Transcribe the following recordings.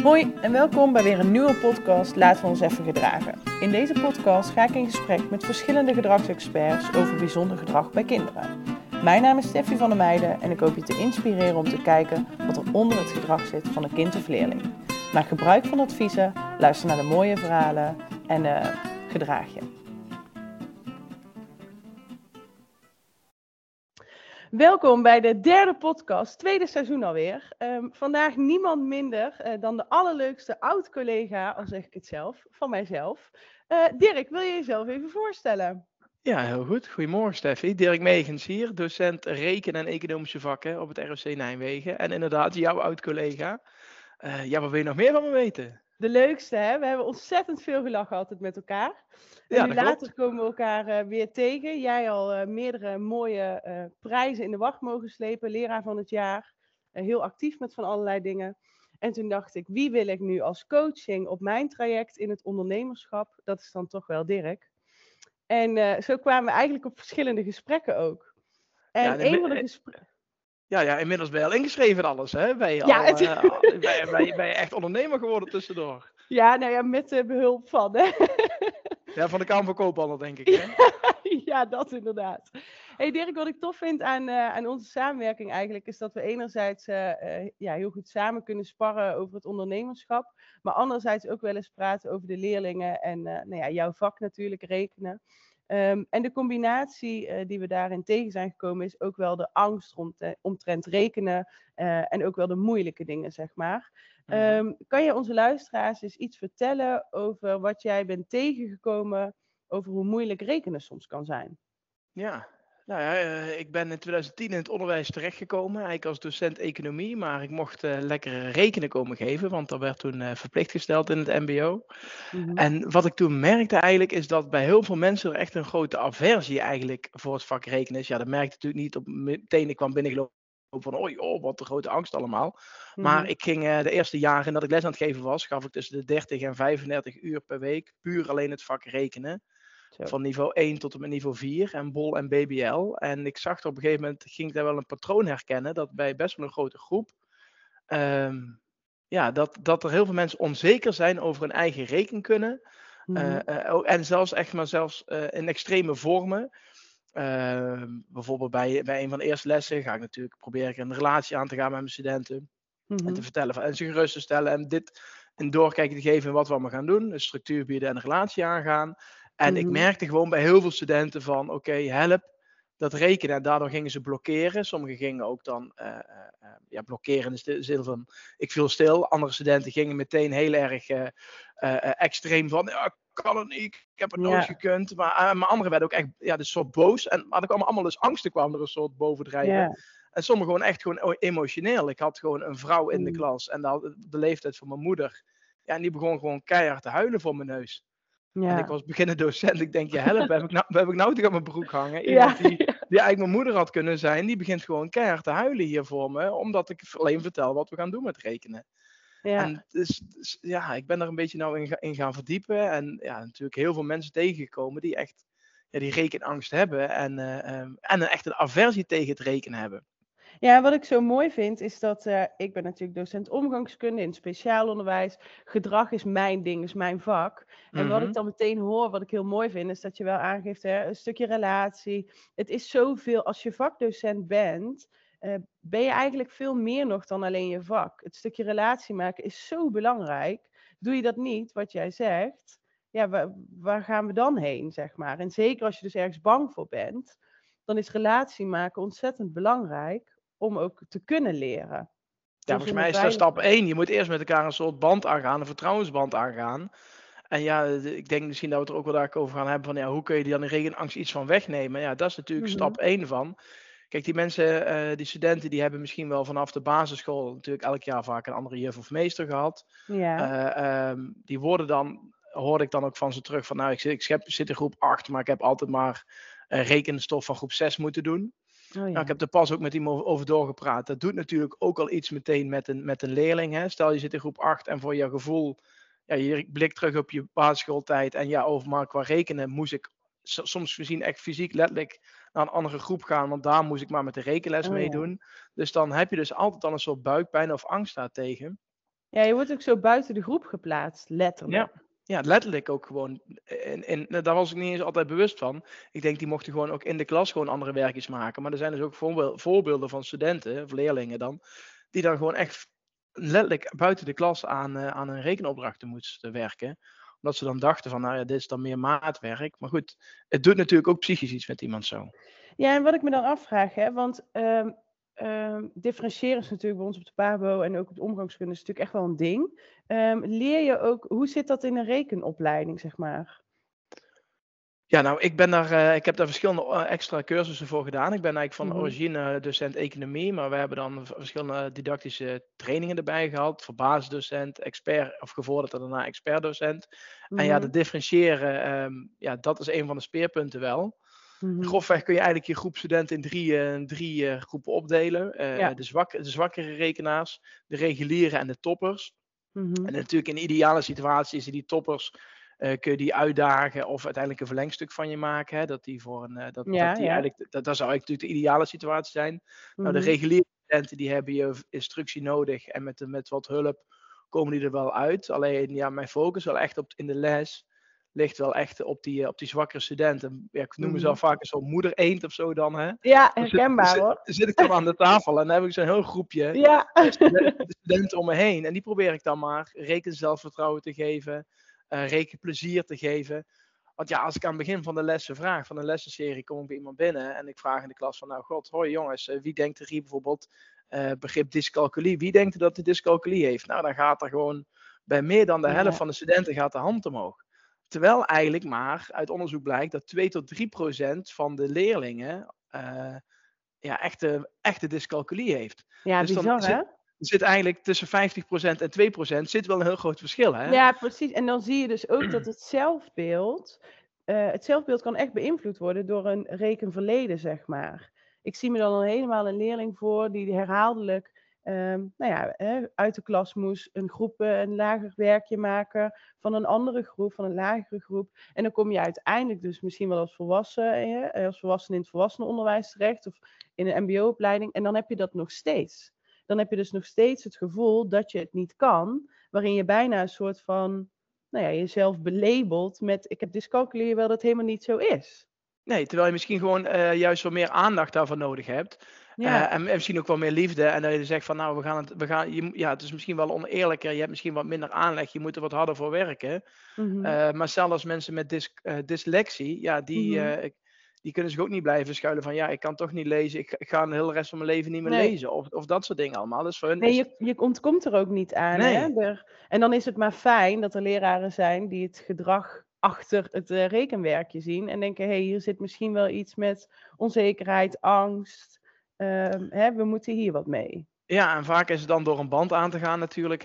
Hoi en welkom bij weer een nieuwe podcast Laten we ons even gedragen. In deze podcast ga ik in gesprek met verschillende gedragsexperts over bijzonder gedrag bij kinderen. Mijn naam is Steffi van der Meijden en ik hoop je te inspireren om te kijken wat er onder het gedrag zit van een kind of leerling. Maak gebruik van adviezen, luister naar de mooie verhalen en gedraag je. Welkom bij de derde podcast, tweede seizoen alweer. Vandaag niemand minder dan de allerleukste oud-collega, al zeg ik het zelf, van mijzelf. Dirk, wil je jezelf even voorstellen? Ja, heel goed. Goedemorgen Steffi. Dirk Megens hier, docent rekenen en economische vakken op het ROC Nijmegen. En inderdaad, jouw oud-collega. Wat wil je nog meer van me weten? De leukste, hè? We hebben ontzettend veel gelachen altijd met elkaar. En Ja, nu dat later klopt. komen we elkaar weer tegen. Jij al meerdere mooie prijzen in de wacht mogen slepen. Leraar van het jaar. Heel actief met van allerlei dingen. En toen dacht ik, wie wil ik nu als coaching op mijn traject in het ondernemerschap? Dat is dan toch wel Dirk. En zo kwamen we eigenlijk op verschillende gesprekken ook. En een van de gesprekken... Ja, inmiddels ben je al ingeschreven en alles, hè? Ben je, Ja, ben je echt ondernemer geworden tussendoor? ja, nou ja, met de behulp van, hè. Ja, van de Kamer van Koophandel, denk ik, hè? Ja, dat inderdaad. Hey Dirk, wat ik tof vind aan onze samenwerking eigenlijk, is dat we enerzijds heel goed samen kunnen sparren over het ondernemerschap, maar anderzijds ook wel eens praten over de leerlingen en jouw vak natuurlijk, rekenen. En de combinatie die we daarin tegen zijn gekomen is ook wel de angst omtrent rekenen en ook wel de moeilijke dingen, zeg maar. Kan je onze luisteraars eens iets vertellen over wat jij bent tegengekomen over hoe moeilijk rekenen soms kan zijn? Ja, ik ben in 2010 in het onderwijs terechtgekomen, eigenlijk als docent economie, maar ik mocht lekker rekenen komen geven, want dat werd toen verplicht gesteld in het mbo. Mhm. En wat ik toen merkte eigenlijk, is dat bij heel veel mensen er echt een grote aversie eigenlijk voor het vak rekenen is. Ja, dat merkte ik natuurlijk niet op meteen, ik kwam binnengelopen van, oh joh, wat een grote angst allemaal. Maar ik ging de eerste jaren dat ik les aan het geven was, gaf ik tussen de 30 en 35 uur per week, puur alleen het vak rekenen. Zo. Van niveau 1 tot en met niveau 4 en BOL en BBL. En ik zag er op een gegeven moment, ging ik daar wel een patroon herkennen, dat bij best wel een grote groep, dat er heel veel mensen onzeker zijn over hun eigen rekenkunde. En zelfs in extreme vormen. Bijvoorbeeld bij een van de eerste lessen ga ik natuurlijk proberen een relatie aan te gaan met mijn studenten. En te vertellen en ze gerust te stellen en dit een doorkijkje te geven in wat we allemaal gaan doen. Een structuur bieden en een relatie aangaan. En ik merkte gewoon bij heel veel studenten van oké, help, dat rekenen. En daardoor gingen ze blokkeren. Sommigen gingen ook dan blokkeren in de zin van ik viel stil. Andere studenten gingen meteen heel erg extreem van ja, kan het niet, ik heb het nooit gekund. Maar anderen werden ook echt dus soort boos. Maar er kwamen allemaal dus angsten kwam er een soort bovendrijven. Ja. En sommigen gewoon emotioneel. Ik had gewoon een vrouw in de klas en de leeftijd van mijn moeder. Ja, en die begon gewoon keihard te huilen voor mijn neus. Ja. En ik was beginnend docent. Ik denk, help, heb ik nou toch aan mijn broek hangen? Iemand die eigenlijk mijn moeder had kunnen zijn, die begint gewoon keihard te huilen hier voor me. Omdat ik alleen vertel wat we gaan doen met rekenen. Ja. En dus ik ben er een beetje nou in gaan verdiepen. En ja, natuurlijk heel veel mensen tegengekomen die echt die rekenangst hebben. En echt een aversie tegen het rekenen hebben. Ja, wat ik zo mooi vind is dat ik ben natuurlijk docent omgangskunde in het speciaal onderwijs. Gedrag is mijn ding, is mijn vak. En wat ik dan meteen hoor, wat ik heel mooi vind, is dat je wel aangeeft, hè, een stukje relatie. Het is zoveel, als je vakdocent bent, ben je eigenlijk veel meer nog dan alleen je vak. Het stukje relatie maken is zo belangrijk. Doe je dat niet, wat jij zegt, ja, waar gaan we dan heen, zeg maar? En zeker als je dus ergens bang voor bent, dan is relatie maken ontzettend belangrijk om ook te kunnen leren. Ja, volgens mij is dat stap 1. Je moet eerst met elkaar een soort band aangaan, een vertrouwensband aangaan. En ja, ik denk misschien dat we het er ook wel over gaan hebben van ja, hoe kun je die dan in rekenangst iets van wegnemen? Ja, dat is natuurlijk stap 1 van. Kijk, die mensen, die studenten, die hebben misschien wel vanaf de basisschool natuurlijk elk jaar vaak een andere juf of meester gehad. Ja. Die worden dan, hoorde ik dan ook van ze terug van nou, ik zit in groep 8, maar ik heb altijd maar rekenstof van groep 6 moeten doen. Oh, ja. Nou, ik heb er pas ook met iemand over doorgepraat. Dat doet natuurlijk ook al iets meteen met een leerling. Hè? Stel je zit in groep 8 en voor je gevoel, ja, je blikt terug op je basisschooltijd. En ja, maar qua rekenen moest ik soms misschien echt fysiek letterlijk naar een andere groep gaan. Want daar moest ik maar met de rekenles meedoen. Dus dan heb je dus altijd al een soort buikpijn of angst daartegen. Ja, je wordt ook zo buiten de groep geplaatst, letterlijk. Ja, letterlijk ook gewoon. Daar was ik niet eens altijd bewust van. Ik denk, die mochten gewoon ook in de klas gewoon andere werkjes maken. Maar er zijn dus ook voorbeelden van studenten, of leerlingen dan, die dan gewoon echt letterlijk buiten de klas aan hun rekenopdrachten moesten werken. Omdat ze dan dachten van, nou ja, dit is dan meer maatwerk. Maar goed, het doet natuurlijk ook psychisch iets met iemand zo. Ja, en wat ik me dan afvraag, hè, want differentiëren is natuurlijk bij ons op de PABO en ook op de omgangskunde is natuurlijk echt wel een ding. Leer je ook, hoe zit dat in een rekenopleiding, zeg maar? Ja, nou, ik heb daar verschillende extra cursussen voor gedaan. Ik ben eigenlijk van origine docent economie, maar we hebben dan verschillende didactische trainingen erbij gehad. Voor basisdocent, expert of gevorderd en daarna expertdocent. En ja, dat differentiëren, ja, dat is een van de speerpunten wel. Grofweg kun je eigenlijk je groep studenten in drie groepen opdelen. De zwakkere rekenaars, de reguliere en de toppers. En natuurlijk in de ideale situatie is die toppers kun je die uitdagen of uiteindelijk een verlengstuk van je maken. Hè? Dat zou eigenlijk natuurlijk de ideale situatie zijn. Nou, de reguliere studenten die hebben je instructie nodig en met wat hulp komen die er wel uit. Alleen ja, mijn focus wel echt in de les ligt wel echt op die zwakkere studenten. Ja, ik noem mezelf vaak een soort moeder eend of zo dan. Hè? Ja, herkenbaar hoor. Dan zit ik dan aan de tafel en dan heb ik zo'n heel groepje studenten om me heen. En die probeer ik dan maar rekenzelfvertrouwen te geven, rekenplezier te geven. Want ja, als ik aan het begin van de lessen vraag, van een lessenserie, kom ik bij iemand binnen en ik vraag in de klas van, nou god, hoi jongens, wie denkt er hier bijvoorbeeld begrip dyscalculie? Wie denkt er dat hij dyscalculie heeft? Nou, dan gaat er gewoon bij meer dan de helft van de studenten gaat de hand omhoog. Terwijl eigenlijk maar uit onderzoek blijkt dat 2-3% van de leerlingen echte dyscalculie heeft. Ja, dus bizar hè? Er zit eigenlijk tussen 50% en 2% zit wel een heel groot verschil. Hè? Ja, precies. En dan zie je dus ook dat het zelfbeeld kan echt beïnvloed worden door een rekenverleden, zeg maar. Ik zie me dan helemaal een leerling voor die herhaaldelijk uit de klas moest, een lager werkje maken van een andere groep, van een lagere groep. En dan kom je uiteindelijk dus misschien wel als volwassene in het volwassenenonderwijs terecht of in een mbo-opleiding. En dan heb je dat nog steeds. Dan heb je dus nog steeds het gevoel dat je het niet kan, waarin je bijna een soort van, jezelf belabelt met ik heb dyscalculie, terwijl dat helemaal niet zo is. Nee, terwijl je misschien gewoon juist wat meer aandacht daarvoor nodig hebt. Ja. En misschien ook wel meer liefde. En dat je zegt van nou, het is misschien wel oneerlijker. Je hebt misschien wat minder aanleg. Je moet er wat harder voor werken. Maar zelfs als mensen met dyslexie, ja, die kunnen zich ook niet blijven schuilen van ja, ik kan toch niet lezen. Ik ga de hele rest van mijn leven niet meer lezen. Of dat soort dingen allemaal. Dus voor hun je ontkomt er ook niet aan. Nee. Hè? En dan is het maar fijn dat er leraren zijn die het gedrag achter het rekenwerkje zien. En denken, hier zit misschien wel iets met onzekerheid, angst. We moeten hier wat mee. Ja, en vaak is het dan door een band aan te gaan natuurlijk.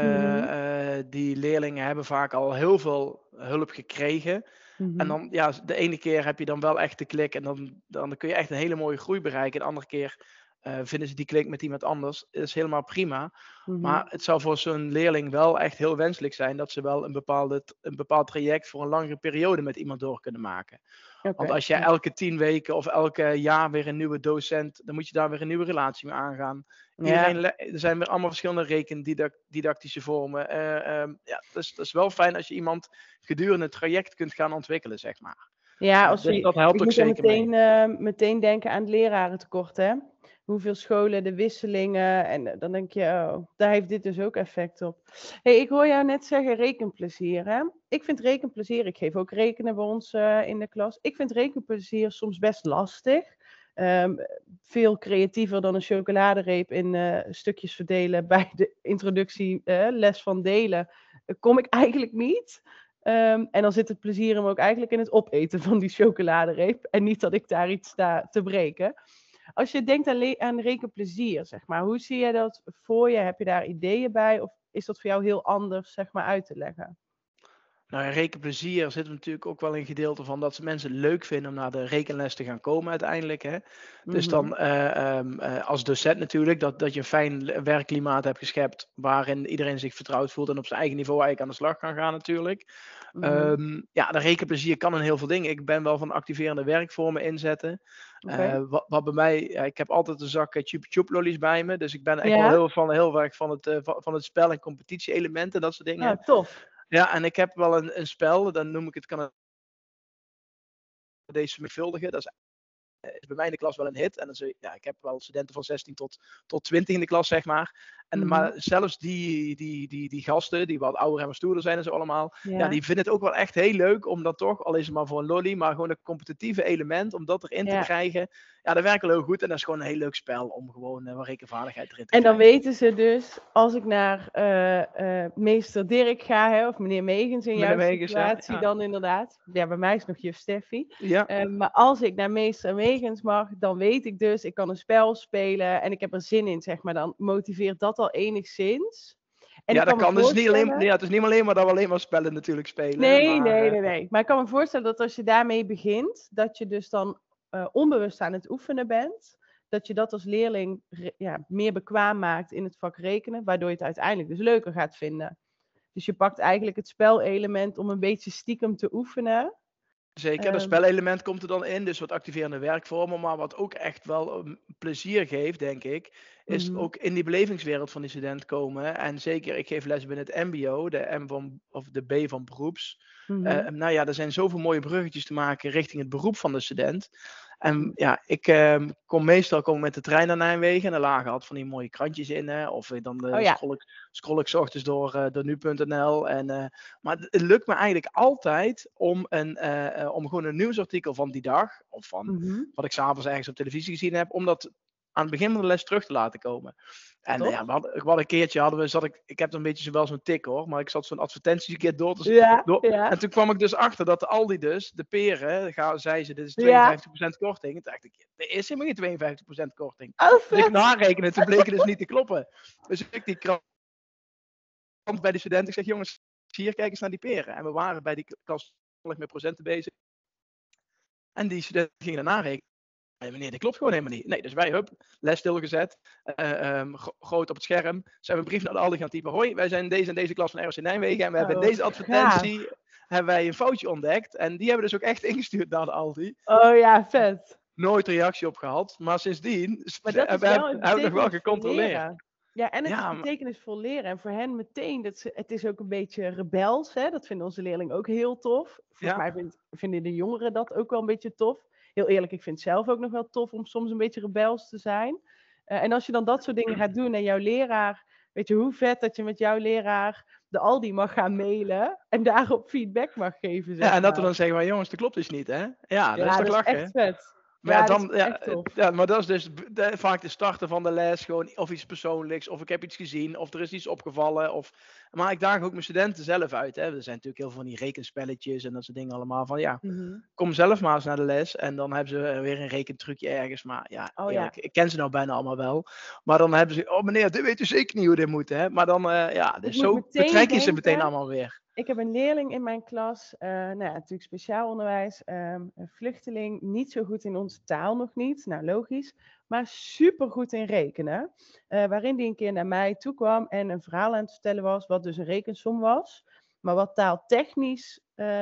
Hè? Die leerlingen hebben vaak al heel veel hulp gekregen. En dan, ja, de ene keer heb je dan wel echt de klik. En dan kun je echt een hele mooie groei bereiken. De andere keer vinden ze die klik met iemand anders. Dat is helemaal prima. Maar het zou voor zo'n leerling wel echt heel wenselijk zijn dat ze wel een bepaald traject voor een langere periode met iemand door kunnen maken. Want als je elke 10 weken of elke jaar weer een nieuwe docent, dan moet je daar weer een nieuwe relatie mee aangaan. Er zijn weer allemaal verschillende rekendidactische vormen. Dat is wel fijn als je iemand gedurende het traject kunt gaan ontwikkelen, zeg maar. Ja, dat helpt ook zeker meteen denken aan het lerarentekort, hè? Hoeveel scholen, de wisselingen. En dan denk je, daar heeft dit dus ook effect op. Hey, ik hoor jou net zeggen rekenplezier, hè? Ik vind rekenplezier, ik geef ook rekenen bij ons in de klas. Ik vind rekenplezier soms best lastig. Veel creatiever dan een chocoladereep in stukjes verdelen bij de introductie les van delen. Kom ik eigenlijk niet. En dan zit het plezier hem ook eigenlijk in het opeten van die chocoladereep. En niet dat ik daar iets sta te breken. Als je denkt aan rekenplezier, zeg maar, hoe zie jij dat voor je? Heb je daar ideeën bij? Of is dat voor jou heel anders, zeg maar, uit te leggen? Nou, in rekenplezier zit er natuurlijk ook wel een gedeelte van dat ze mensen leuk vinden om naar de rekenles te gaan komen uiteindelijk. Hè? Dus Mhm. dan als docent natuurlijk, dat je een fijn werkklimaat hebt geschept waarin iedereen zich vertrouwd voelt en op zijn eigen niveau eigenlijk aan de slag kan gaan natuurlijk. Mhm. Ja, de rekenplezier kan in heel veel dingen. Ik ben wel van activerende werkvormen inzetten. Oké. Wat bij mij, ja, ik heb altijd een zak Chupa Chup lollies bij me. Dus ik ben echt wel Ja? heel erg van het spel en competitie-elementen, dat soort Oh, dingen. tof. Ja, en ik heb wel een spel, dan noem ik het Canadese menigvuldigen. Dat is bij mij in de klas wel een hit. En dan ja, ik heb wel studenten van 16 tot 20 in de klas, zeg maar. Maar Mhm. zelfs die gasten, die wat ouder en wat stoerder zijn en zo allemaal, ja, Ja. die vinden het ook wel echt heel leuk om dat toch, al is het maar voor een lolly, maar gewoon een competitieve element, om dat erin te Ja. krijgen. Ja, dat werkt wel heel goed en dat is gewoon een heel leuk spel om gewoon wat rekenvaardigheid erin te En dan krijgen. weten ze dus, als ik naar meester Dirk ga, hè, of meneer Megens in Meneer jouw Megens, ja. situatie dan inderdaad. Ja, bij mij is nog juf Steffi. Ja, Maar als ik naar meester Megens mag, dan weet ik dus, ik kan een spel spelen en ik heb er zin in, zeg maar. Dan motiveert dat al enigszins. En ik ja, dat kan me kan. Dus niet alleen, voorstellen... ja, het is niet alleen maar dat we alleen maar spellen natuurlijk spelen, Nee, maar nee, nee, nee. Maar ik kan me voorstellen dat als je daarmee begint, dat je dus dan onbewust aan het oefenen bent. Dat je dat als leerling meer bekwaam maakt in het vak rekenen, waardoor je het uiteindelijk dus leuker gaat vinden. Dus je pakt eigenlijk het spelelement om een beetje stiekem te oefenen. zeker, dat spelelement komt er dan in, dus wat activerende werkvormen. Maar wat ook echt wel plezier geeft, denk ik, is Mhm, ook in die belevingswereld van die student komen. En zeker, ik geef les binnen het MBO, de B van beroeps. mhm, Nou ja, er zijn zoveel mooie bruggetjes te maken richting het beroep van de student. En mhm. ja, ik kom meestal met de trein naar Nijmegen en er lagen altijd van die mooie krantjes in. Hè, of dan Oh ja. scroll ik 's ochtends door nu.nl. Maar het lukt me eigenlijk altijd om gewoon een nieuwsartikel van die dag, of van Mhm. wat ik s'avonds ergens op televisie gezien heb, om dat aan het begin van de les terug te laten komen. En ja, Tof? we hadden een keertje, ik heb er een beetje wel zo'n tik hoor, maar ik zat zo'n advertentie een keer Ja, en ja. toen kwam ik dus achter dat de Aldi dus, de peren, zei ze, dit is Ja. 52% korting. En toen dacht ik, er is helemaal geen 52% korting. Oh, Dus ik vet. narekenen, toen bleek het dus niet te kloppen. Dus ik die krant bij de studenten, ik zeg jongens, hier kijk eens naar die peren. En we waren bij die klas met procenten bezig. En die studenten gingen daarna rekenen. Nee, meneer, dit klopt gewoon helemaal niet. Nee, dus wij, les stilgezet, groot op het scherm, zijn we een brief naar de Aldi gaan typen. Hoi, wij zijn deze en deze klas van ROC Nijmegen en we hebben in Oh, deze gaaf. advertentie hebben wij een foutje ontdekt. En die hebben dus ook echt ingestuurd naar de Aldi. Oh ja, vet. Nooit reactie op gehad, maar sindsdien Maar dat is hebben wel het we nog wel betekenisvol gecontroleerd. leren. Ja, en het is Ja, betekenisvol leren. En voor hen meteen, het is ook een beetje rebels. Hè? Dat vinden onze leerlingen ook heel tof. Volgens ja, mij vinden de jongeren dat ook wel een beetje tof. Heel eerlijk, ik vind het zelf ook nog wel tof om soms een beetje rebels te zijn. En als je dan dat soort dingen gaat doen en jouw leraar... Weet je hoe vet dat je met jouw leraar de Aldi mag gaan mailen en daarop feedback mag geven, ja, zeg en dat we maar. dan zeggen, maar jongens, dat klopt dus niet, hè? Ja, dat is Ja, toch dat is echt lachen? vet. Maar ja, Ja, dat is dan, ja, echt tof. ja, maar dat is dus vaak de starten van de les. Gewoon of iets persoonlijks, of ik heb iets gezien, of er is iets opgevallen. Maar ik daag ook mijn studenten zelf uit. Hè. Er zijn natuurlijk heel veel van die rekenspelletjes en dat soort dingen allemaal. Van ja, Mhm. kom zelf maar eens naar de les. En dan hebben ze weer een rekentrucje ergens. Maar ja, Oh eerlijk, ja. ik ken ze nou bijna allemaal wel. Maar dan hebben ze, oh meneer, dit weet u zeker niet hoe dit moet. Hè. Maar dan, ja, Ik dus moet zo meteen betrek je ze meteen denken. allemaal weer. Ik heb een leerling in mijn klas, nou ja, natuurlijk speciaal onderwijs, een vluchteling, niet zo goed in onze taal nog niet, nou logisch, maar super goed in rekenen. Waarin die een keer naar mij toe kwam en een verhaal aan het vertellen was, wat dus een rekensom was. Maar wat taaltechnisch,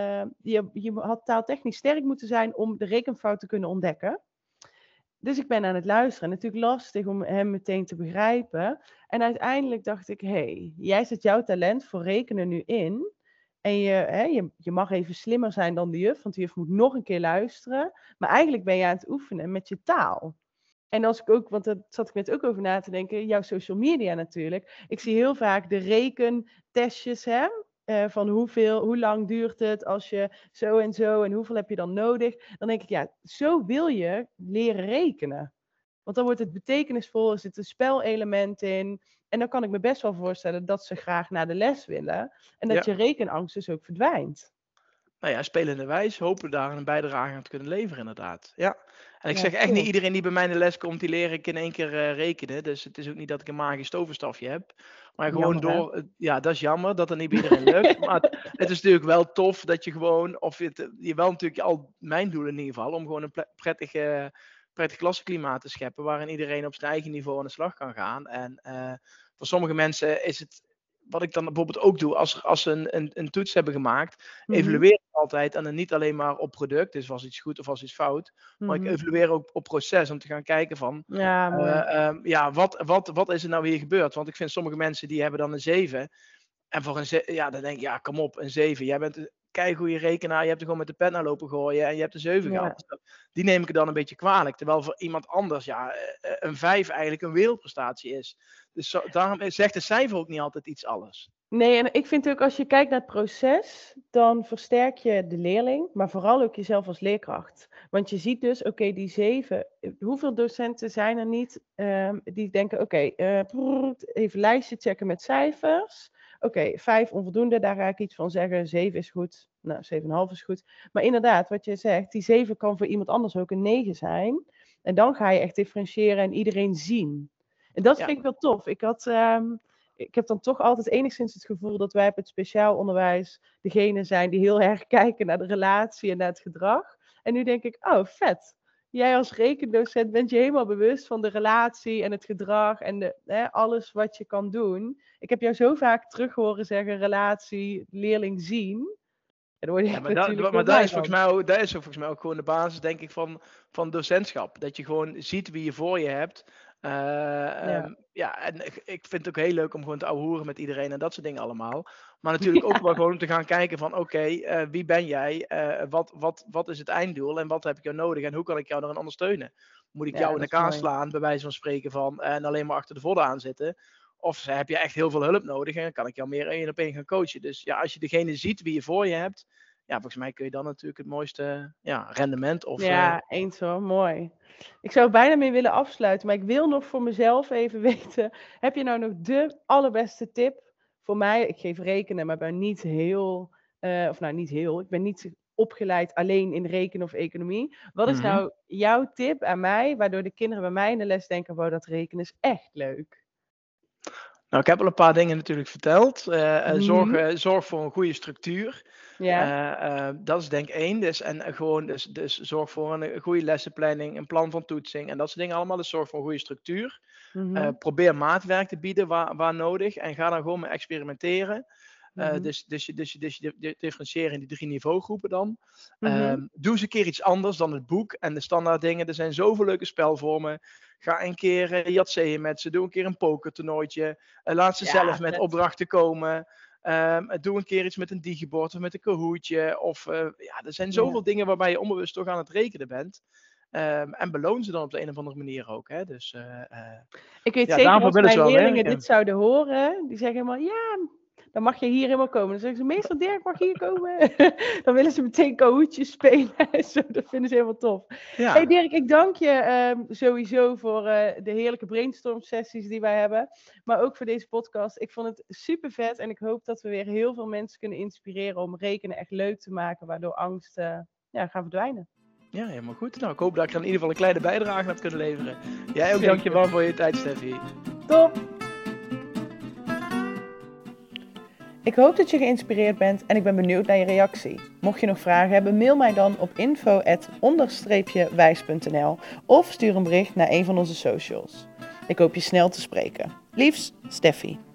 je had taaltechnisch sterk moeten zijn om de rekenfout te kunnen ontdekken. Dus ik ben aan het luisteren. Natuurlijk lastig om hem meteen te begrijpen. En uiteindelijk dacht ik, jij zet jouw talent voor rekenen nu in. En je mag even slimmer zijn dan de juf, want de juf moet nog een keer luisteren. Maar eigenlijk ben je aan het oefenen met je taal. En als ik ook, want daar zat ik net ook over na te denken, jouw social media natuurlijk. Ik zie heel vaak de rekentestjes, hè? Van hoe lang duurt het als je zo en hoeveel heb je dan nodig? Dan denk ik, ja, zo wil je leren rekenen. Want dan wordt het betekenisvol, er zit een spelelement in. En dan kan ik me best wel voorstellen dat ze graag naar de les willen. En dat Ja. je rekenangst dus ook verdwijnt. Nou ja, spelende wijs hopen daar een bijdrage aan te kunnen leveren, inderdaad. Ja. En ik Ja, zeg echt cool. niet iedereen die bij mij in de les komt, die leer ik in 1 keer rekenen. Dus het is ook niet dat ik een magisch toverstafje heb. Maar gewoon Jammer, hè? door, ja, dat is jammer dat het niet bij iedereen lukt. Maar het is natuurlijk wel tof dat je gewoon, je wel natuurlijk al mijn doel in ieder geval, om gewoon een prettig klassenklimaat te scheppen, waarin iedereen op zijn eigen niveau aan de slag kan gaan. En voor sommige mensen is het, wat ik dan bijvoorbeeld ook doe, als ze een toets hebben gemaakt, evalueer ik altijd, en dan niet alleen maar op product, dus was iets goed of was iets fout, maar ik evalueer ook op proces, om te gaan kijken van, Ja, mooi. ja, wat is er nou hier gebeurd? Want ik vind sommige mensen die hebben dan een 7, en voor ja, dan denk ik, ja, kom op, een 7. Jij bent een keigoede rekenaar, je hebt er gewoon met de pen naar lopen gooien en je hebt een 7 Ja. gehad. Dus die neem ik dan een beetje kwalijk. Terwijl voor iemand anders, ja, een 5 eigenlijk een wereldprestatie is. Dus daarom zegt de cijfer ook niet altijd iets alles. Nee, en ik vind ook als je kijkt naar het proces, dan versterk je de leerling, maar vooral ook jezelf als leerkracht. Want je ziet dus, oké, die 7, hoeveel docenten zijn er niet die denken, oké, even lijstje checken met cijfers. Oké, 5 onvoldoende, daar ga ik iets van zeggen. 7 is goed, nou 7,5 is goed. Maar inderdaad, wat je zegt, die 7 kan voor iemand anders ook een 9 zijn. En dan ga je echt differentiëren en iedereen zien. En dat Ja. vind ik wel tof. Ik heb dan toch altijd enigszins het gevoel dat wij op het speciaal onderwijs degene zijn die heel erg kijken naar de relatie en naar het gedrag. En nu denk ik, oh vet. Jij als rekendocent bent je helemaal bewust van de relatie en het gedrag en alles wat je kan doen. Ik heb jou zo vaak terug horen zeggen, relatie, leerling zien. En dan word je Ja, natuurlijk maar blij dat is van. volgens mij ook gewoon de basis, denk ik, van docentschap. Dat je gewoon ziet wie je voor je hebt. Ja, en ik vind het ook heel leuk om gewoon te ouwehoeren met iedereen en dat soort dingen allemaal. Maar natuurlijk ook wel gewoon om te gaan kijken van, oké, wie ben jij? Wat is het einddoel? En wat heb ik jou nodig? En hoe kan ik jou erin ondersteunen? Moet ik jou in dat is elkaar mooi. slaan, bij wijze van spreken van, en alleen maar achter de vodden aan zitten? Of heb je echt heel veel hulp nodig en dan kan ik jou meer 1-op-1 gaan coachen. Dus ja, als je degene ziet wie je voor je hebt, ja, volgens mij kun je dan natuurlijk het mooiste rendement of... Ja, eens hoor, mooi. Ik zou er bijna mee willen afsluiten, maar ik wil nog voor mezelf even weten, heb je nou nog de allerbeste tip voor mij? Ik geef rekenen, maar ben niet heel, ik ben niet opgeleid alleen in rekenen of economie. Wat is nou jouw tip aan mij, waardoor de kinderen bij mij in de les denken, wow, dat rekenen is echt leuk? Nou, ik heb al een paar dingen natuurlijk verteld. Zorg voor een goede structuur. Ja. Dat is denk ik 1. Dus zorg voor een goede lessenplanning, een plan van toetsing en dat soort dingen allemaal. Dus zorg voor een goede structuur. Probeer maatwerk te bieden waar nodig en ga dan gewoon mee experimenteren. Dus je differentiëren in die 3 niveaugroepen dan. Doe eens een keer iets anders dan het boek en de standaard dingen. Er zijn zoveel leuke spelvormen. Ga een keer jatseeën met ze. Doe een keer een pokertoernooitje. Laat ze zelf met opdrachten komen. Doe een keer iets met een digibord of met een Kahootje. Er zijn zoveel dingen waarbij je onbewust toch aan het rekenen bent. En beloon ze dan op de een of andere manier ook. Hè? Dus, ik weet zeker als mijn leerlingen werken. dit zouden horen, die zeggen helemaal, ja, dan mag je hier helemaal komen. Dan zeggen ze, meester Dirk mag hier komen. Dan willen ze meteen Kahootjes spelen. Zo, dat vinden ze helemaal tof. Ja. Hey Dirk, ik dank je sowieso voor de heerlijke brainstorm sessies die wij hebben. Maar ook voor deze podcast. Ik vond het super vet en ik hoop dat we weer heel veel mensen kunnen inspireren om rekenen echt leuk te maken. Waardoor angst gaat verdwijnen. Ja, helemaal goed. Nou, ik hoop dat ik er in ieder geval een kleine bijdrage aan heb kunnen leveren. Jij ook, dankjewel voor je tijd, Steffi. Top! Ik hoop dat je geïnspireerd bent en ik ben benieuwd naar je reactie. Mocht je nog vragen hebben, mail mij dan op info@onder-wijs.nl of stuur een bericht naar een van onze socials. Ik hoop je snel te spreken. Liefs, Steffi.